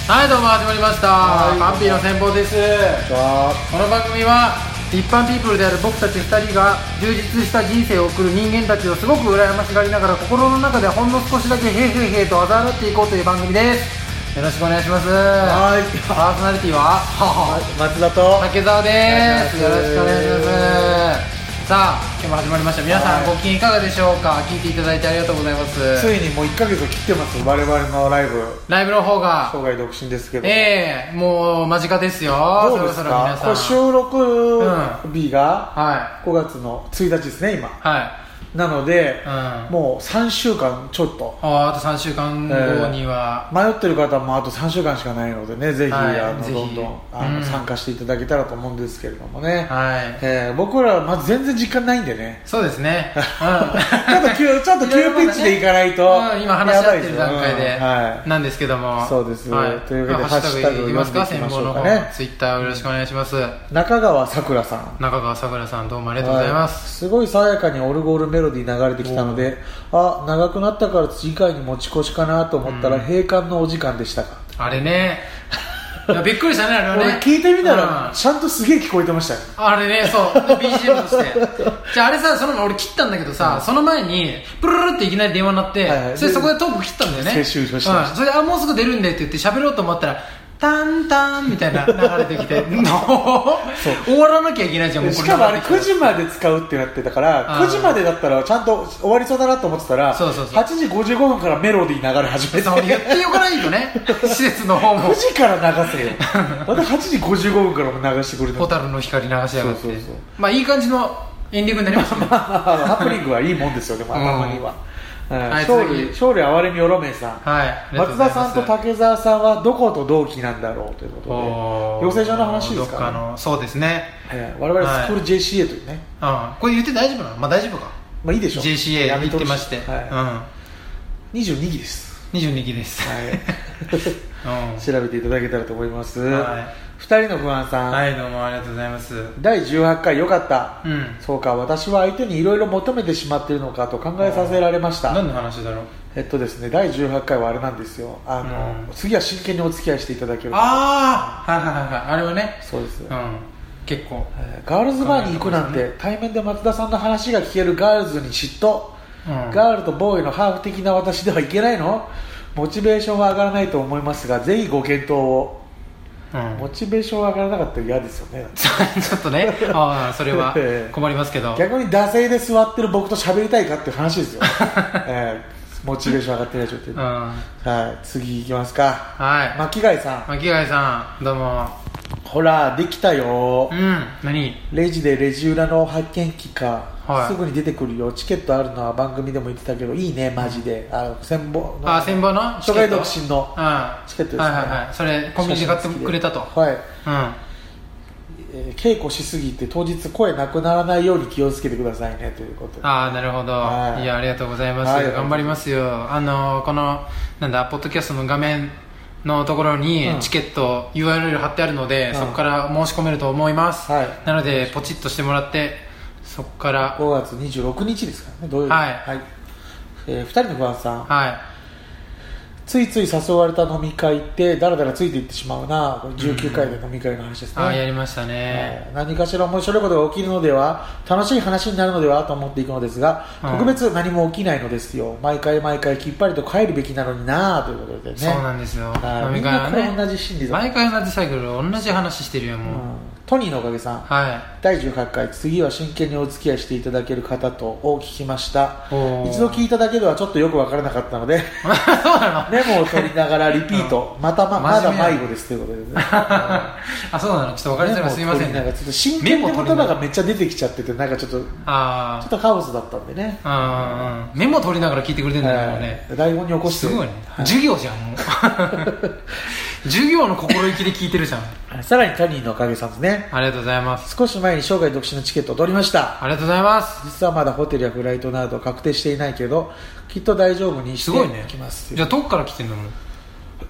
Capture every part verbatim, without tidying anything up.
はい、どうも始まりました。パンピーの戦法です。この番組は一般ピープルである僕たちふたりが充実した人生を送る人間たちをすごく羨ましがりながら、心の中でほんの少しだけへいへいへいと嘲笑っていこうという番組です。よろしくお願いします。 はい、 パーソナリティは松田と竹澤です。よろしくお願いします。さあ、今日も始まりました。皆さんご機嫌いかがでしょうか。聞いていただいてありがとうございます。 ついにもういっかげつ切ってます。我々のライブライブの方が生涯独身ですけど、 ええー、もう間近ですよ。 どうですか。これ収録日がごがつのついたちですね、今。はい。なので、うん、もうさんしゅうかんちょっと。 ああとさんしゅうかんごには、 えー、迷ってる方もあとさんしゅうかんしかないのでね、ぜひ、はい、あのどんどんあの、うん、参加していただけたらと思うんですけれどもね、はい。えー、僕らはまず全然時間ないんでね。 そうですね、うん、 ちょっと急ちょっと急ピッチでいかないと、 ね、うん、今話し合ってる段階で、うん、はい、なんですけども、 そうです、はい、というわけでハッシュタグいきますか。戦法の方、ね、ツイッターよろしくお願いします。 中川さくらさん、 中川さくらさん、どうもありがとうございます。 はい、すごい爽やかにオルゴールメロディー流れてきたので、あ、長くなったから次回に持ち越しかなと思ったら、うん、閉館のお時間でしたか。 あれねいやびっくりしたね、あれはね。 俺聞いてみたら、うん、ちゃんとすげえ聞こえてましたよ。 あれね、そう ビージーエム としてじゃああれさ、その俺切ったんだけどさ、うん、その前にプルルルっていきなり電話になって、はいはい、それそこでトーク切ったんだよね。 接収しました、うん、 それであもうすぐ出るんでって言って喋ろうと思ったらタンタンみたいな流れてきて終わらなきゃいけないじゃん。もうこれしかもあれくじまで使うってなってたから、くじまでだったらちゃんと終わりそうだなと思ってたら、そうそうそう、はちじごじゅうごふんからメロディー流れ始めて、 そう言ってよかないとね施設の方もくじから流せよまたはちじごじゅうごふんからも流してくれた。 蛍の光流しやがって、そうそうそう、まあいい感じのエンディングになりましたねハプニングはいいもんですよね、まあ、たまには。はい、勝利、勝利哀れみおろめさん、はい、松田さんと竹澤さんはどこと同期なんだろうということで、養成所の話ですかね。どっかの、 そうですね、 えー、我々スクール ジェーシーエー というね、 はい、これ言って大丈夫なの。まあ大丈夫か、 まあいいでしょう。 ジェーシーエー 言ってまして、はい、うん、 にじゅうにきです。 にじゅうにきです、はいうん、調べていただけたらと思います。はい、ふたりの不安さん、 はい、どうもありがとうございます。 だいじゅうはちかいよかった、うん、そうか、私は相手にいろいろ求めてしまっているのかと考えさせられました。 何の話だろう。 えっとですね、だいじゅうはちかいはあれなんですよ、あの、うん、次は真剣にお付き合いしていただける。 ああ、はいはいはい、あれはね、 そうです、うん、 結構、 えー、ガールズバーに行くなんて、ね、対面で松田さんの話が聞けるガールズに嫉妬、うん、ガールとボーイのハーフ的な私ではいけないの。モチベーションは上がらないと思いますが、ぜひご検討を。うん、モチベーション上がらなかったら嫌ですよねちょっとねあ、それは困りますけど逆に惰性で座ってる僕と喋りたいかっていう話ですよ、えー、モチベーション上がってない状態で、うん、はい、次いきますか。はい、巻貝さん、 巻貝さん、どうも。 ほらできたよ、 うん、何。 レジでレジ裏の発見機か、はい、すぐに出てくるよ。チケットあるのは番組でも言ってたけどいいねマジで。あの千本の、 あ、千本の初回独身のチケットですね、はいはいはい、 それコンビニで買ってくれたと。 はい、うん、えー、稽古しすぎて当日声なくならないように気をつけてくださいねということで。 ああ、なるほど、はい、いや、ありがとうございます、はい、頑張りますよ。あのこのなんだポッドキャストの画面のところにチケット、うん、ユーアールエル 貼ってあるので、うん、そこから申し込めると思います、はい、なのでポチッとしてもらってそこからごがつにじゅうろくにちですからね、土曜日。はい、はい、えー、ふたりの不安さん、はい、ついつい誘われた飲み会ってだらだらついていってしまうな。これじゅうきゅうかいで飲み会の話ですね、 うん、あ、やりましたね、 はい、何かしら面白いことが起きるのでは、楽しい話になるのではと思っていくのですが、うん、特別何も起きないのですよ。毎回毎回きっぱりと帰るべきなのになということでね。 そうなんですよ、 飲み会はね、みんな同じ心理だ、 毎回同じサイクル同じ話してるよもう、うん、 トニーのおかげさん、はい、だいじゅうはちかい次は真剣にお付き合いしていただける方とを聞きました。一度聞いただけではちょっとよく分からなかったのでそうなのメモを取りながらリピート、うん、また ま, まだ迷子ですということでねあ、そうなの、ちょっと分かりづらい、すみません、 なんかちょっと真剣な言葉がめっちゃ出てきちゃってて、なんかちょっとあちょっとカオスだったんでね。 あ、メモ取りながら聞いてくれてるんだよね、 台本に起こして、 すごいね、はい、授業じゃんもう授業の心意気で聞いてるじゃんさらにタニーのおかげさんですね、 ありがとうございます。 少し前に生涯独身のチケットを取りました。 ありがとうございます。 実はまだホテルやフライトなど確定していないけどきっと大丈夫にしておきます。 すごいね。じゃあ遠くから来てんの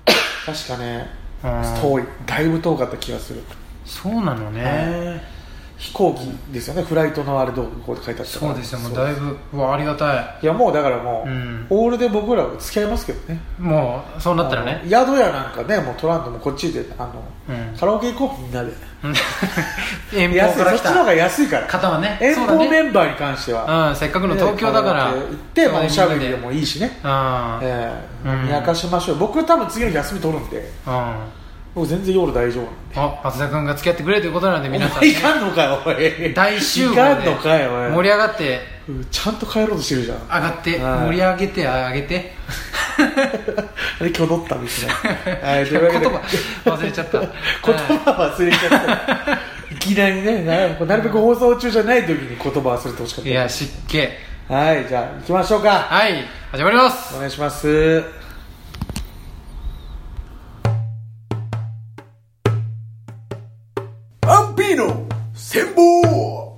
確かね、遠い、だいぶ遠かった気がする。 そうなのね、 飛行機ですよね、フライトのあれどこで書いてあったから。 そうですよ、もうだいぶうわありがたい。 いやもうだからもう、うん、オールで僕らは付き合いますけどね。 もうそうなったらね、 宿屋なんかねもう取らんともこっちであの、うん、カラオケ行こうみんなで遠方から来た、そっちの方が安いから方はね、遠方メンバーに関しては、 うん、せっかくの東京だから行って、まあ、おしゃべりでもいいしね、えー、見明かしましょう。僕多分次の日休み取るんで、うん、僕全然夜大丈夫なんで。 あ、松田君が付き合ってくれということなんで皆さん、 ね、いかんのかよおい、大集合で盛り上がってちゃんと帰ろうとしてるじゃん。 上がって盛り上げて上げてあれ挙動ったんですね。はい、というわけで言葉忘れちゃった言葉忘れちゃったいきなりね、なるべく放送中じゃない時に言葉忘れてほしかった。 いや湿気。 はい、じゃあ行きましょうか。 はい、始まります。 お願いします。アンピーノ戦法。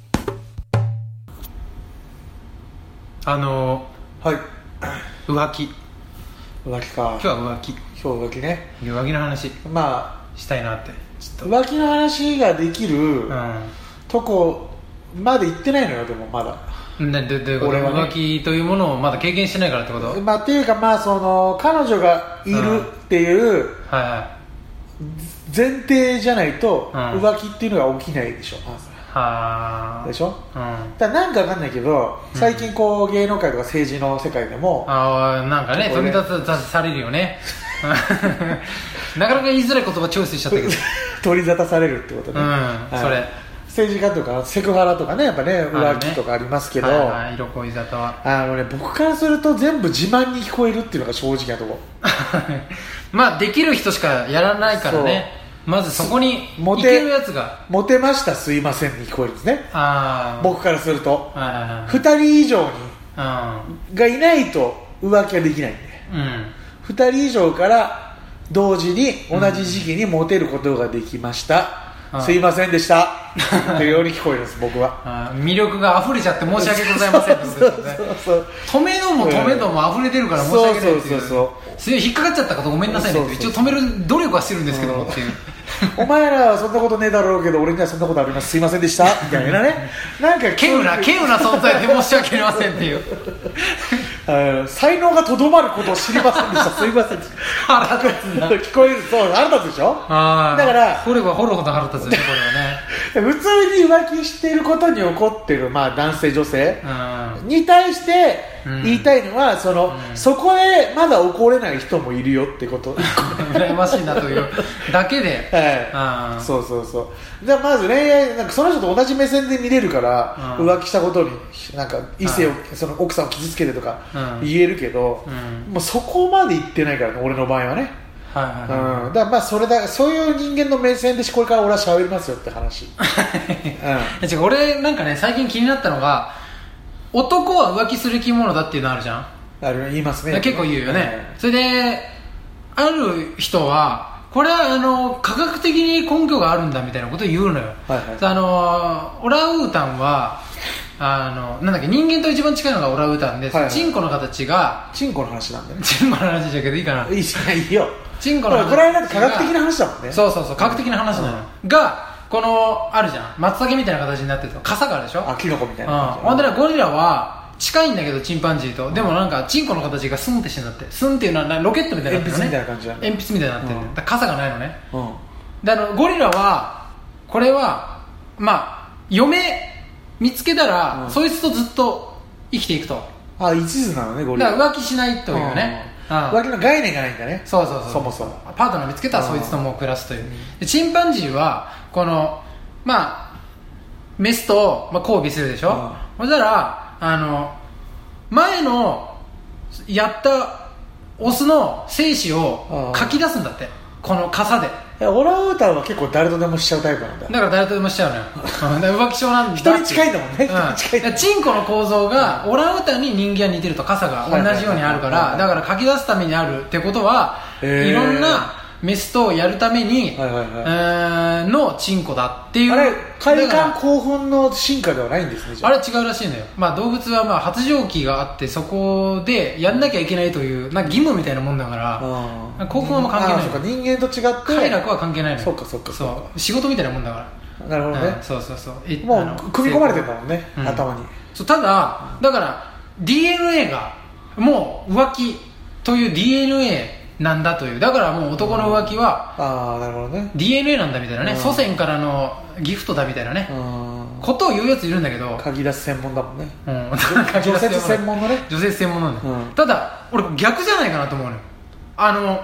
あのー、はい、 浮気浮気か。 今日は浮気、 今日は浮気ね。 浮気の話まあしたいなって。 ちょっと浮気の話ができる、うん、とこまで行ってないのよ。でもまだなどういうこと、ね、浮気というものをまだ経験してないからってこと。 まあっていうか、まあその彼女がいるっていう、うん、はいはい、前提じゃないと、うん、浮気っていうのが起きないでしょ、まずはでしょ、うん、だからなんかわかんないけど、最近こう芸能界とか政治の世界でも、 うん、あなんかね取り立たされるよねなかなか言いづらい言葉チョイスしちゃったけど取り沙汰されるってことね、うん、 はい、それ政治家とかセクハラとかね、やっぱね浮気とかありますけど、 はいはい、色恋沙汰はあの、ね、僕からすると全部自慢に聞こえるっていうのが正直なとこまあできる人しかやらないからね。まずそこに行けるやつがモテましたすいませんに聞こえるんですね。あ僕からすると、はいはいはい、ふたり以上にがいないと浮気はできないんで、うん、ふたり以上から同時に同じ時期にモテることができました、うん、すいませんでしたというように聞こえるんです僕は。 あ魅力が溢れちゃって申し訳ございませんってことですよね。そうそうそう止めども止めども溢れてるから申し訳ないっていう、そうそうそうそう引っかかっちゃったことごめんなさいねって、一応止める努力はしてるんですけどもっていうお前らはそんなことねえだろうけど俺にはそんなことありますすいませんでしたみたいなねなんか稀有な稀有な存在で申し訳ありませんっていう才能がとどまることを知りませんでしたすいませんでした腹立つんだ聞こえる。そう腹立つでしょ。あだから掘れば掘るほど腹立つねこれはね普通に浮気していることに怒ってる、まあ、男性女性に対して言いたいのは、うん、その、うん、そこでまだ怒れない人もいるよってこと羨ましいなというだけで、 はい、そうそうそうでまず恋愛なんかその人と同じ目線で見れるから、うん、浮気したことになんか異性を、その奥さんを傷つけてとか言えるけど、うん、もうそこまで言ってないからね俺の場合はね。はいはいはいうん、だからまあそれだそういう人間の目線でこれから俺は喋りますよって話、 うん、違う俺なんかね最近気になったのが男は浮気する生き物だっていうのあるじゃん。 あれ言いますね。 結構言うよね、はい、それである人はこれはあの科学的に根拠があるんだみたいなことを言うのよ、はいはい、あのオランウータンはあのなんだっけ人間と一番近いのがオランウータンで、はいはい、チンコの形がチンコの話なんだね。 チンコの話だけどいいかな。 いいじゃないよチンコの話。 これはだって科学的な話だもんね。 そうそうそう科学的な話なの、うん、がこのあるじゃん松茸みたいな形になってると傘があるでしょ。 あキノコみたいな感じ、 うん、ほんでゴリラは近いんだけどチンパンジーと、うん、でもなんかチンコの形がスンってしてんだって。スンっていうのはロケットみたいになってるね。 鉛筆みたいな感じだね。 鉛筆みたいになってる、うん、だ傘がないのね、うん、であのゴリラはこれはまあ嫁見つけたら、うん、そいつとずっと生きていくと。 あ一途なのねゴリラ。 だから浮気しないというね、 うんうん、浮気の概念がないんだね。 そうそうそうそもそもパートナー見つけたらそいつともう暮らすという、うん、でチンパンジーはこのまあメスと、まあ、交尾するでしょ、うん、そしたらあの前のやったオスの精子をかき出すんだってこの傘で。 オランウータンは結構誰とでもしちゃうタイプなんだ。 だから誰とでもしちゃうのよ浮気症なんだ。 人に近いんだもんね、 うん、人に近い。チンコの構造がオランウータンに人間は似てると傘が同じようにあるからだからかき出すためにあるってことは、えー、いろんなメスとやるために、はいはいはいえー、のチンコだっていう。 あれ快感興奮の進化ではないんですね。 あれ違うらしいのよ、まあ、動物はまあ発情期があってそこでやんなきゃいけないというなんか義務みたいなもんだから興奮は関係ない。 そうか人間と違って快楽は関係ないのよ。 そうかそうかそうかそう仕事みたいなもんだからなるほどね、 うん、そうそうそうもう組み込まれてるんだもんね、うん、頭に。 そうただだから ディーエヌエー がもう浮気という ディーエヌエー なんだという、だからもう男の浮気は、 うん、ああなるほどねディーエヌエー なんだみたいなね、うん、祖先からのギフトだみたいなね、うん、ことを言うやついるんだけど、 鍵出す専門だもんね、 うん、 除雪専門のね、 除雪専門なんだ、うん、ただ俺逆じゃないかなと思うのよ。あの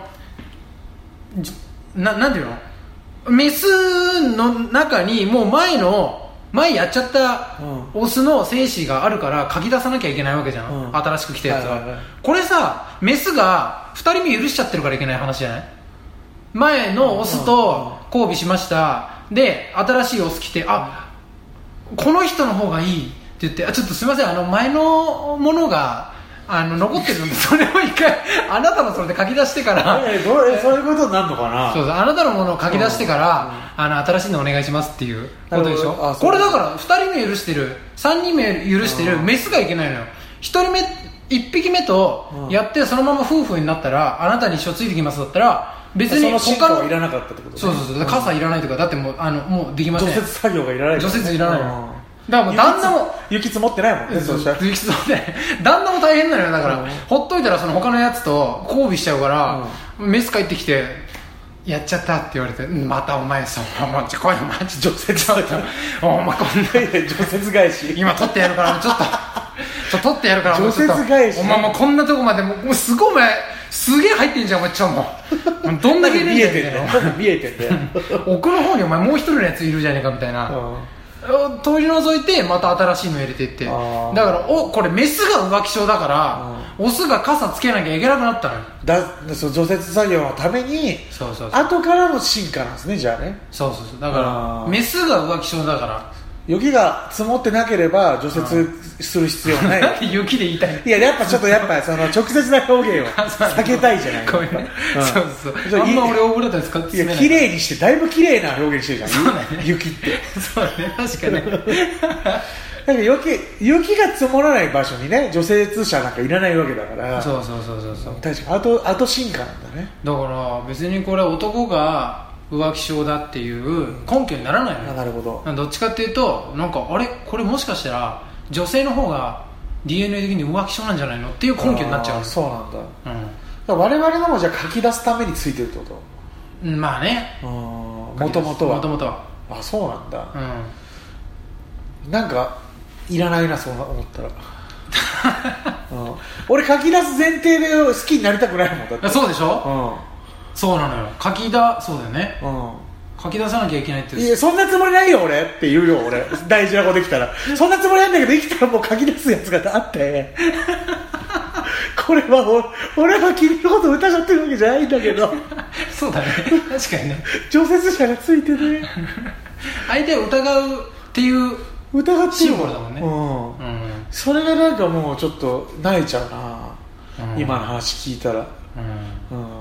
ななんていうの、メスの中にもう前の前やっちゃったオスの精子があるから書き出さなきゃいけないわけじゃん、うん、新しく来たやつは、はいはいはい、これさメスがふたりめ許しちゃってるからいけない話じゃない。前のオスと交尾しました、で新しいオス来て、あこの人の方がいいって言って、あちょっとすいません、あの前のものがあの残ってるのでそれを一回あなたのそれで書き出してからえどれそういうことになるのかな。 そうそう、あなたのものを書き出してから、うん、あの新しいのお願いしますっていうことでしょ。これだからふたりめ許してるさんにんめ許してるメスがいけないのよ。ひとりめいっぴきめとやってそのまま夫婦になったら、あなたに一生ついてきますだったら別に他のその進化はいらなかったってことね。 そうそうそう、傘いらないとか、だってもうあのもうできません、 除雪作業がいらない、ね、 除雪いらないの、うんだからもう旦那も雪積もってないもんね。そうしたら雪積もってない旦那も大変なのよ。だから、うん、ほっといたらその他のやつと交尾しちゃうから、うん、メス帰ってきてやっちゃったって言われて、またお前さお前これマジ除雪だったお前こんな除雪返し今取ってやるからちょっとちょっと取ってやるから除雪返しお前もうこんなとこまでもうすごいお前すげえ入ってんじゃんお前ちょもうどんだけ見えてんだよ見えてんだよ奥の方にお前もう一人のやついるじゃねえかみたいな、うん取り除いてまた新しいの入れていって、だからおこれメスが浮気症だから、オスが傘つけなきゃいけなくなったのよ。 だそう除雪作業のためにそうそうそう後からの進化なんですね。じゃあねそうそうそう、だからメスが浮気症だから雪が積もってなければ除雪する必要はない。 なんで雪で言いたいの。 いややっぱちょっとやっぱその直接な表現を避けたいじゃないこういうね、うん、そうそうあんま俺オブラートで使っていや綺麗にしてだいぶ綺麗な表現してるじゃん。 そうだね、 雪ってそうだね確かにだから雪, 雪が積もらない場所にね除雪車なんかいらないわけだから。 そうそうそうそうそう、 確かに後後進化なんだね。 だから別にこれ男が浮気症だっていう根拠にならないのよ、 うん、なるほど。 どっちかっていうとなんかあれこれもしかしたら女性の方が ディーエヌエー 的に浮気症なんじゃないのっていう根拠になっちゃう。 そうなんだ、うん、だから我々のもじゃあ書き出すためについてるってこと。 まあね、 もともとはもともとはあそうなんだ、 うん、 なんかいらないなそう思ったら、うん、俺書き出す前提で好きになりたくないもんだって。 そうでしょ、 うんそうなのよ。書きだそうだよね、うん、書き出さなきゃいけないって。 いやそんなつもりないよ俺って言うよ俺大事な子できたらそんなつもりなんだけどできたらもう書き出すやつがあってこれは俺は君のこと疑ってるわけじゃないんだけどそうだね確かにね除雪車がついてね相手を疑うっていう疑ってシンボルだもんね、 うんうん、それがなんかもうちょっと萎えちゃうな、うん、今の話聞いたら、うんうん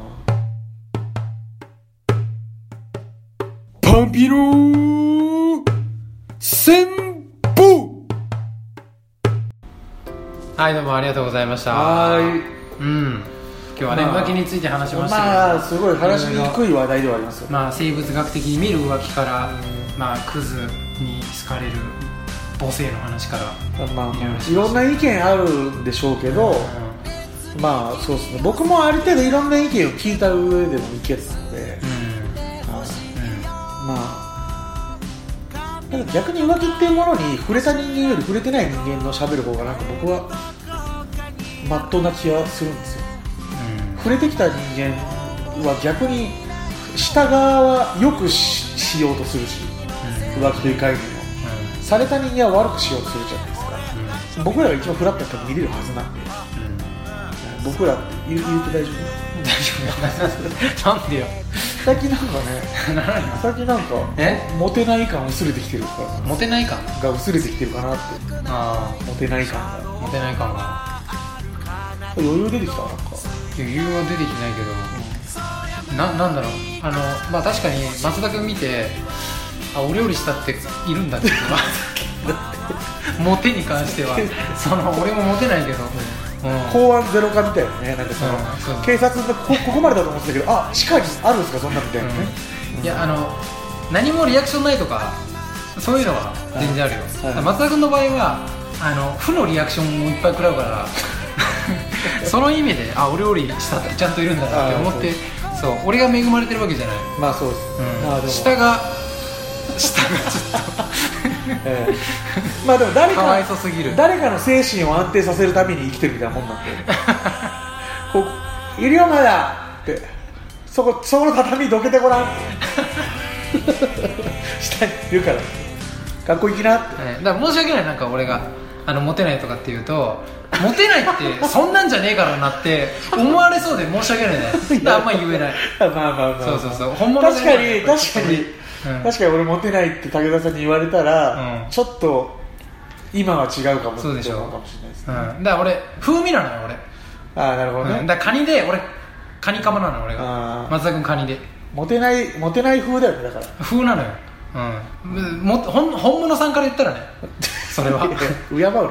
パンピロー戦法。 はいどうもありがとうございました。 はい、 うん、今日はね、まあ、浮気について話しましたけど、 まあすごい話しにくい話題ではありますよ、 まあ、生物学的に見る浮気から、うんまあ、クズに好かれる母性の話から、 まあ、いろんな意見あるんでしょうけど、うん、まあそうですね僕もある程度いろんな意見を聞いた上での意見なので、うんまあ、なんか逆に浮気っていうものに触れた人間より触れてない人間の喋る方がなんか僕はまっとうな気がするんですよ、うん、触れてきた人間は逆に下側はよく し, しようとするし、うん、浮気という概念を、うん、された人間は悪くしようとするじゃないですか、うん、僕らが一番フラットやったら見れるはずなんで、うん、僕らって言うと大丈夫大丈夫なんでよ最近なんかね最近なんかモテない感薄れてきてるからモテない感が薄れてきてるかなって。 あモテない感がモテない感が余裕出てきたなんか余裕は出てきてないけど、うん、な, なんだろうあのまあ確かに松田君見てあお料理したっているんだっていうのはモテに関してはその俺もモテないけど、うん、 公安ゼロ化みたいなね、なんかその、うん、警察の こ, ここまでだと思ってたけど、あ、地下にあるんですかそんなみたいなね、 うん、いやあの何もリアクションないとかそういうのは全然あるよ、はいはい、松田君の場合はあの負のリアクションをいっぱい食らうからその意味であ俺より下ってちゃんといるんだなって思ってそう俺が恵まれてるわけじゃない。 まあそうです、うんまあ、でも下が下がちょっとえー、まあでも誰かかわいそすぎる誰かの精神を安定させるために生きてるみたいなもんなんでこういるよまだってそこそこの畳どけてごらん下にいるから学校行きなって、 はい、だから申し訳ないなんか俺があのモテないとかっていうとモテないってそんなんじゃねえからなって思われそうで申し訳ないねあんまり言えないまあまあまあ、まあ、 そうそうそう本物確かに確かに、うん、確かに俺モテないって武田さんに言われたら、うん、ちょっと今は違うかもって思うかもしれないですね、 うん、だから俺風味なのよ俺ああなるほどね、 うん、だからカニで俺カニカマなの俺が松田君カニでモテないモテない風だよねだから風なのよ、うん、も本本物さんから言ったらねそれは敬うね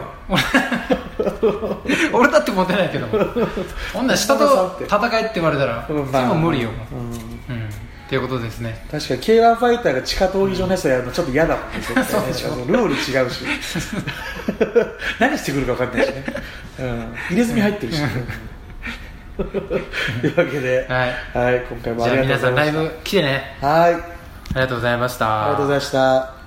俺だってモテないけどほんなら下と戦いって言われたら、うんまあ、それも無理よ、うんうん、っていうことですね。 確かに ケーワン ファイターが地下闘技場のやつやるのちょっと嫌だもんねそうでしょルール違うし何してくるか分かんないしね、うん、入れ墨入ってるし、ね、というわけで、 はいはい、今回もありがとうございました。 じゃあ皆さんライブ来てね。 はい、ありがとうございました。 ありがとうございました。